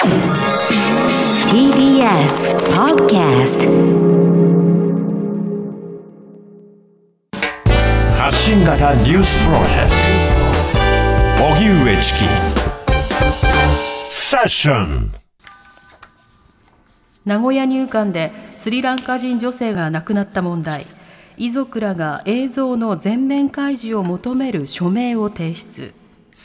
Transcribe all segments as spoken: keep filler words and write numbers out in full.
ティービーエス Podcast 発信型ニュースプロジェクト荻上チキセッション。 名古屋入管でスリランカ人女性が亡くなった問題、遺族らが映像の全面開示を求める署名を提出。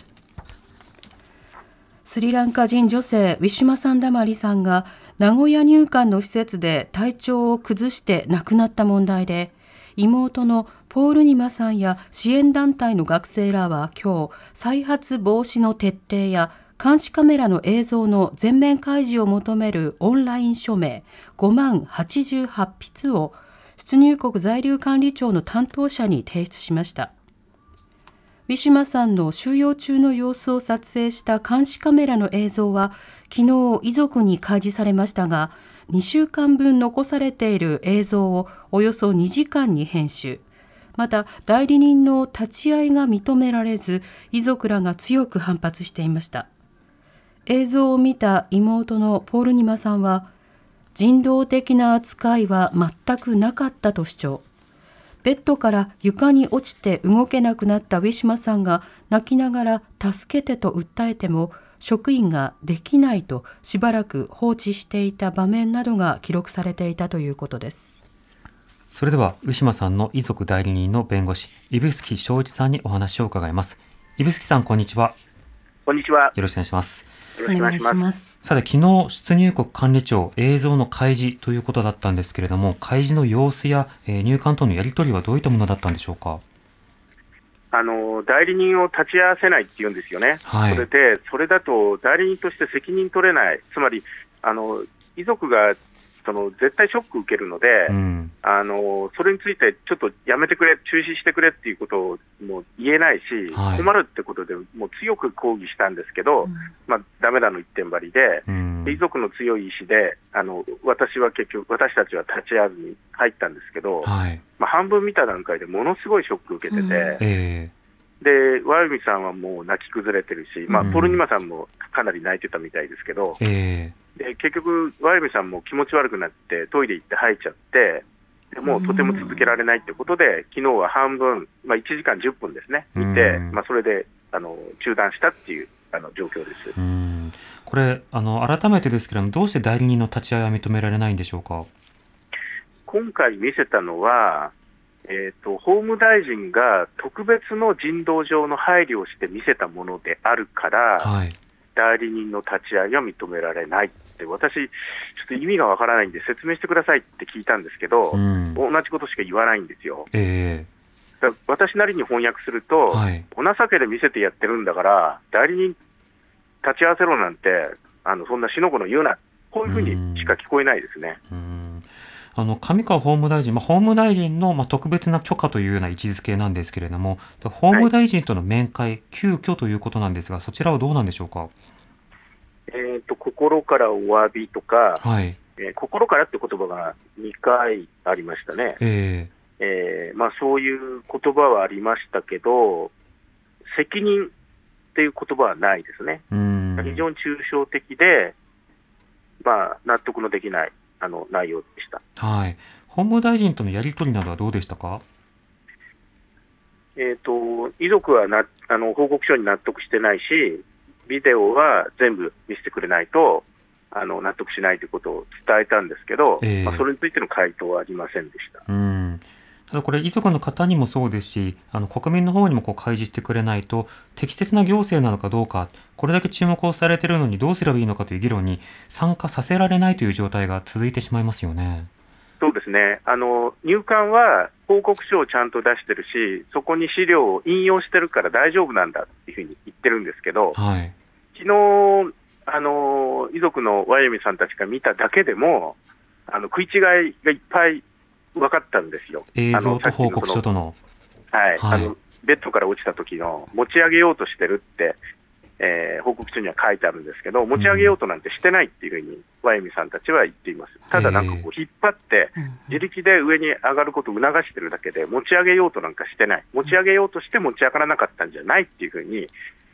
スリランカ人女性ウィシュマ・サンダマリさんが名古屋入管の施設で体調を崩して亡くなった問題で、妹のポールニマさんや支援団体の学生らは今日、再発防止の徹底や監視カメラの映像の全面開示を求めるオンライン署名ごまんはちじゅうはちひつを出入国在留管理庁の担当者に提出しました。ウィシュマさんの収容中の様子を撮影した監視カメラの映像は昨日遺族に開示されましたが、にしゅうかんぶん残されている映像をおよそにじかんに編集。また代理人の立ち会いが認められず、遺族らが強く反発していました。映像を見た妹のポールニマさんは、人道的な扱いは全くなかったと主張。ベッドから床に落ちて動けなくなったウィシュマさんが泣きながら助けてと訴えても、職員ができないとしばらく放置していた場面などが記録されていたということです。 それではウィシュマさんの遺族代理人の弁護士指宿翔一さんにお話を伺います。指宿さん、こんにちは。 こんにちは。 よろしくお願いします。 お願いします。 さて、昨日出入国管理庁映像の開示ということだったんですけれども、開示の様子や、えー、入管とのやり取りはどういったものだったんでしょうか。 あの代理人を立ち会わせないって言うんですよね、はい、それでそれだと代理人として責任取れない、つまりあの遺族がその絶対ショック受けるので、うん、あのそれについてちょっとやめてくれ、中止してくれっていうことをもう言えないし、はい、困るってことでもう強く抗議したんですけど、うん、まあ、ダメだの一点張りで、うん、遺族の強い意志であの私は結局私たちは立ち会わずに入ったんですけど、はい、まあ、半分見た段階でものすごいショック受けてて、うん、えー、でワヨミさんはもう泣き崩れてるし、まあ、ポルニマさんもかなり泣いてたみたいですけど、えーで結局、ワヨミさんも気持ち悪くなってトイレ行って吐いちゃって、でもうとても続けられないということで、昨日は半分、まあ、いちじかんじゅっぷんですね、見て、まあ、それであの中断したっていうあの状況です。 うん、これあの改めてですけれども、どうして代理人の立ち会いは認められないんでしょうか。 今回見せたのは、えーと、法務大臣が特別の人道上の配慮をして見せたものであるから、はい、代理人の立ち会いは認められないって、私ちょっと意味がわからないんで説明してくださいって聞いたんですけど、うん、同じことしか言わないんですよ、えー、だ私なりに翻訳すると、はい、お情けで見せてやってるんだから代理人立ち会わせろなんてあのそんなしのごの言うな、こういうふうにしか聞こえないですね。 うん、あの上川法務大臣、まあ、法務大臣の、まあ、特別な許可というような位置づけなんですけれども、法務大臣との面会、はい、急遽ということなんですが、そちらはどうなんでしょうか。 えー、と心からお詫びとか、はい、えー、心からって言葉がにかいありましたね、えーえーまあ、そういう言葉はありましたけど、責任っていう言葉はないですね。うん、非常に抽象的で、まあ、納得のできないあの内容でした。 はい、法務大臣とのやり取りなどはどうでしたか。 えー、と遺族はなあの報告書に納得してないし、ビデオは全部見せてくれないとあの納得しないということを伝えたんですけど、えーまあ、それについての回答はありませんでした。 うん、ただこれ遺族の方にもそうですし、あの国民の方にもこう開示してくれないと適切な行政なのかどうか、これだけ注目をされているのにどうすればいいのかという議論に参加させられないという状態が続いてしまいますよね。 そうですね、あの入管は報告書をちゃんと出してるし、そこに資料を引用してるから大丈夫なんだっていうふうに言ってるんですけど、はい、昨日あの遺族のワヨミさんたちが見ただけでもあの食い違いがいっぱい分かったんですよ。 映像と報告書との、 はいはい、あのベッドから落ちた時の持ち上げようとしてるって、えー、報告書には書いてあるんですけど、持ち上げようとなんてしてないっていうふうにワヨミさんたちは言っています。ただなんかこう引っ張って自力で上に上がることを促してるだけで、持ち上げようとなんかしてない、持ち上げようとして持ち上がらなかったんじゃないっていうふうに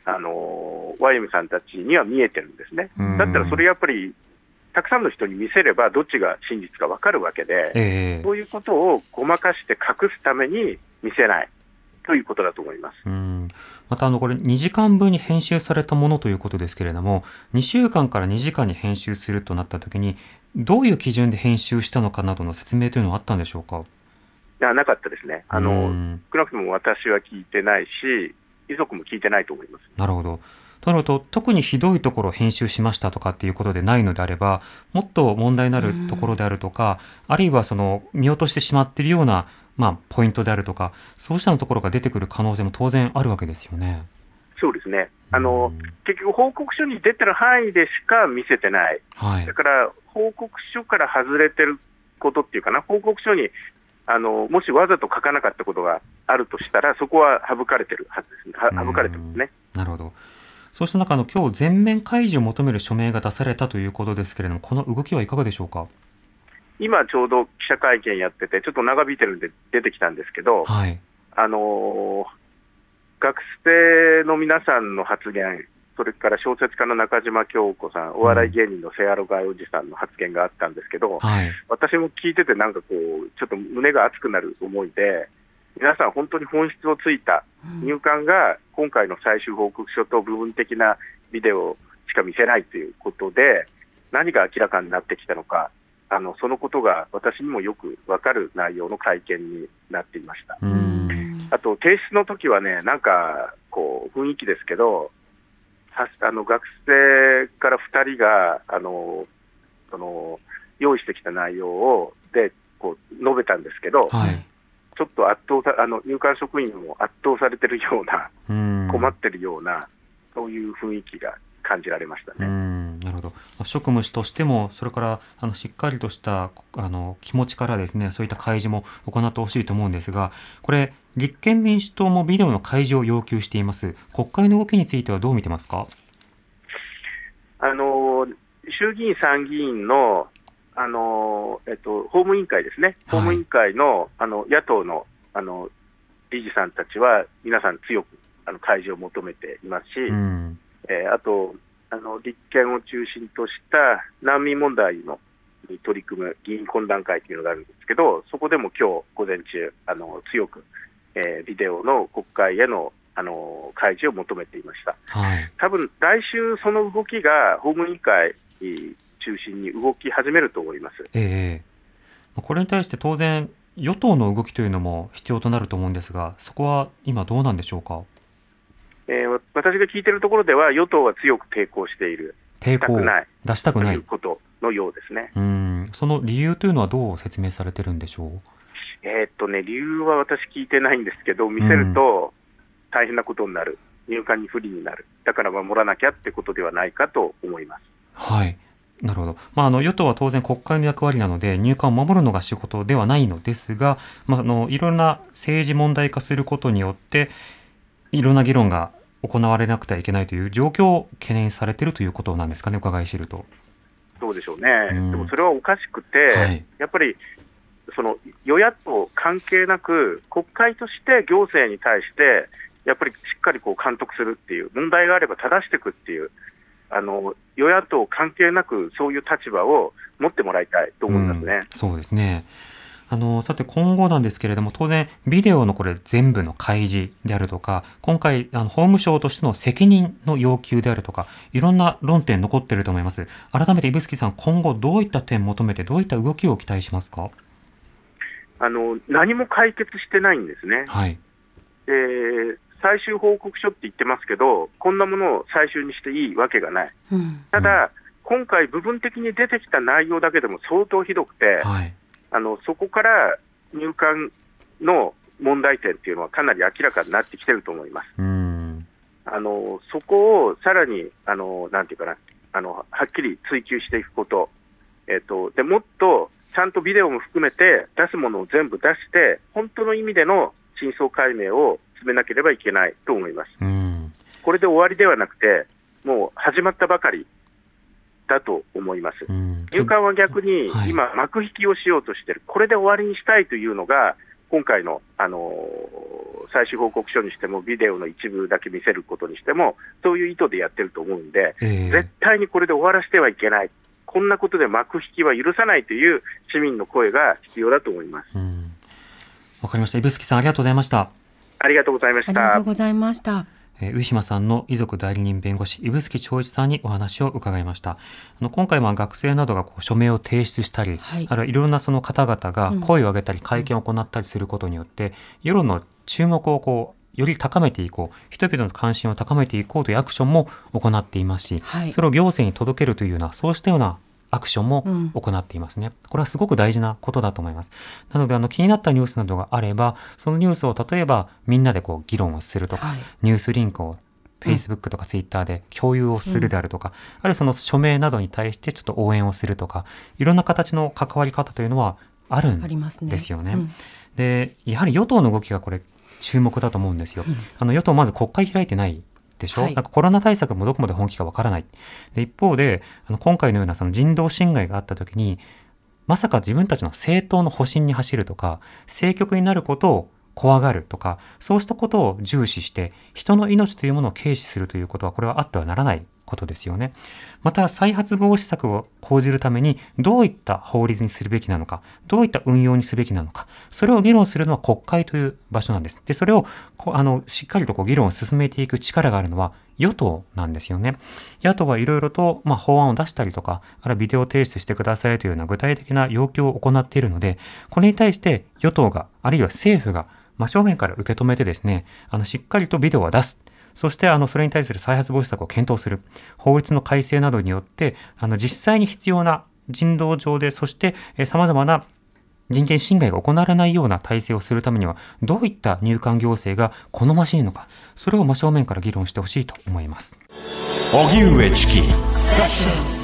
あのワイエムさんたちには見えてるんですね。だったらそれやっぱりたくさんの人に見せればどっちが真実か分かるわけで、えー、そういうことをごまかして隠すために見せないということだと思います。 うん、またあのこれにじかんぶんに編集されたものということですけれども、にしゅうかんからにじかんに編集するとなったときにどういう基準で編集したのかなどの説明というのはあったんでしょうか。 いや、なかったですね。あの少なくとも私は聞いてないし、遺族も聞いてないと思います。 なるほど。となると特にひどいところを編集しましたとかっていうことでないのであれば、もっと問題になるところであるとか、あるいはその見落としてしまっているような、まあ、ポイントであるとか、そうしたところが出てくる可能性も当然あるわけですよね。 そうですね。あの結局報告書に出てる範囲でしか見せてない、はい、だから報告書から外れてることっていうかな、報告書にあのもしわざと書かなかったことがあるとしたら、そこは省かれてるはずですね。省かれてますね。 なるほど。そうした中の今日全面開示を求める署名が出されたということですけれども、この動きはいかがでしょうか。 今ちょうど記者会見やっててちょっと長引いてるんで出てきたんですけど、はい、あの学生の皆さんの発言、それから小説家の中島京子さん、お笑い芸人のセアロガイおじさんの発言があったんですけど、はい、私も聞いててなんかこうちょっと胸が熱くなる思いで、皆さん本当に本質をついた入管が今回の最終報告書と部分的なビデオしか見せないということで、何が明らかになってきたのか、あのそのことが私にもよく分かる内容の会見になっていました。あと提出の時はね、なんかこう雰囲気ですけど、あの学生からふたりがあのその用意してきた内容をでこう述べたんですけど、はい、ちょっと圧倒さあの入管職員も圧倒されてるような、うん困ってるような、そういう雰囲気が感じられましたね。 うんなるほど。職務としても、それからあのしっかりとしたあの気持ちからですね、そういった開示も行ってほしいと思うんですが、これ立憲民主党もビデオの開示を要求しています。国会の動きについてはどう見てますか。 あの衆議院参議院のあの、えっと、法務委員会ですね、法務委員会 の,、はい、あの野党 の, あの理事さんたちは皆さん強くあの開示を求めていますし、うんえー、あとあの立憲を中心とした難民問題のに取り組む議員懇談会というのがあるんですけど、そこでも今日午前中あの強く、えー、ビデオの国会へのあの開示を求めていました。はい、多分来週その動きが法務委員会中心に動き始めると思います。 えー、これに対して当然与党の動きというのも必要となると思うんですが、そこは今どうなんでしょうか。 えー、私が聞いているところでは与党は強く抵抗している、 抵抗したくない出したくないということのようですね。 うーんその理由というのはどう説明されてるんでしょう。 えーっとね、理由は私聞いてないんですけど、見せると大変なことになる、入管に不利になる、だから守らなきゃってことではないかと思います。 はい、なるほど。まあ、あの与党は当然国会の役割なので入管を守るのが仕事ではないのですが、まあ、あのいろんな政治問題化することによっていろんな議論が行われなくてはいけないという状況を懸念されているということなんですかね、伺い知ると。 そうでしょうね、うん、でもそれはおかしくて、はい、やっぱりその与野党関係なく国会として行政に対してやっぱりしっかりこう監督するっていう、問題があれば正していくっていう、あの与野党関係なくそういう立場を持ってもらいたいと思いますね。 うん、そうですね。あのさて今後なんですけれども、当然ビデオのこれ全部の開示であるとか、今回あの法務省としての責任の要求であるとか、いろんな論点残っていると思います。改めて指宿さん、今後どういった点求めてどういった動きを期待しますか。 あの何も解決してないんですね。はい、で最終報告書って言ってますけど、こんなものを最終にしていいわけがない。うん、ただ、うん、今回部分的に出てきた内容だけでも相当ひどくて、はい、あのそこから入管の問題点っていうのはかなり明らかになってきてると思います。うん、あのそこをさらにあのなんていうかな、あのはっきり追求していくこと、えーと、でもっとちゃんとビデオも含めて出すものを全部出して、本当の意味での真相解明を進めなければいけないと思います。うん、これで終わりではなくて、もう始まったばかりだと思います。うん、入管は逆に今幕引きをしようとしている、これで終わりにしたいというのが今回の、あの最終報告書にしてもビデオの一部だけ見せることにしてもそういう意図でやってると思うんで、えー、絶対にこれで終わらせてはいけない、こんなことで幕引きは許さないという市民の声が必要だと思います。 うん、わかりました。指宿さん、ありがとうございました。 ありがとうございました。 ありがとうございました。 上島さんの遺族代理人弁護士指宿長一さんにお話を伺いました。あの今回は学生などがこう署名を提出したり、はい、あるいはいろんなその方々が声を上げたり会見を行ったりすることによって、うん、世論の注目をこうより高めていこう、人々の関心を高めていこうというアクションも行っていますし、はい、それを行政に届けるというようなそうしたようなアクションも行っていますね、うん、これはすごく大事なことだと思います。なのであの気になったニュースなどがあればそのニュースを例えばみんなでこう議論をするとか、はい、ニュースリンクをFacebook とか Twitter で共有をするであるとか、うん、あるいはその署名などに対してちょっと応援をするとかいろんな形の関わり方というのはあるんですよね。ありますね。うん、でやはり与党の動きがこれ注目だと思うんですよ。うん、あの与党まず国会開いてないでしょ、はい、なんかコロナ対策もどこまで本気かわからない。で一方であの今回のようなその人道侵害があった時にまさか自分たちの政党の保身に走るとか政局になることを怖がるとかそうしたことを重視して人の命というものを軽視するということはこれはあってはならないことですよね。また再発防止策を講じるためにどういった法律にするべきなのかどういった運用にすべきなのかそれを議論するのは国会という場所なんです。でそれをこうあのしっかりとこう議論を進めていく力があるのは与党なんですよね。野党はいろいろと、まあ、法案を出したりとかあるいはビデオ提出してくださいというような具体的な要求を行っているのでこれに対して与党があるいは政府が真正面から受け止めてですねあのしっかりとビデオを出す。そしてあのそれに対する再発防止策を検討する。法律の改正などによってあの実際に必要な人道上でそしてさまざまな人権侵害が行われないような体制をするためにはどういった入管行政が好ましいのかそれを真正面から議論してほしいと思います。 荻上チキ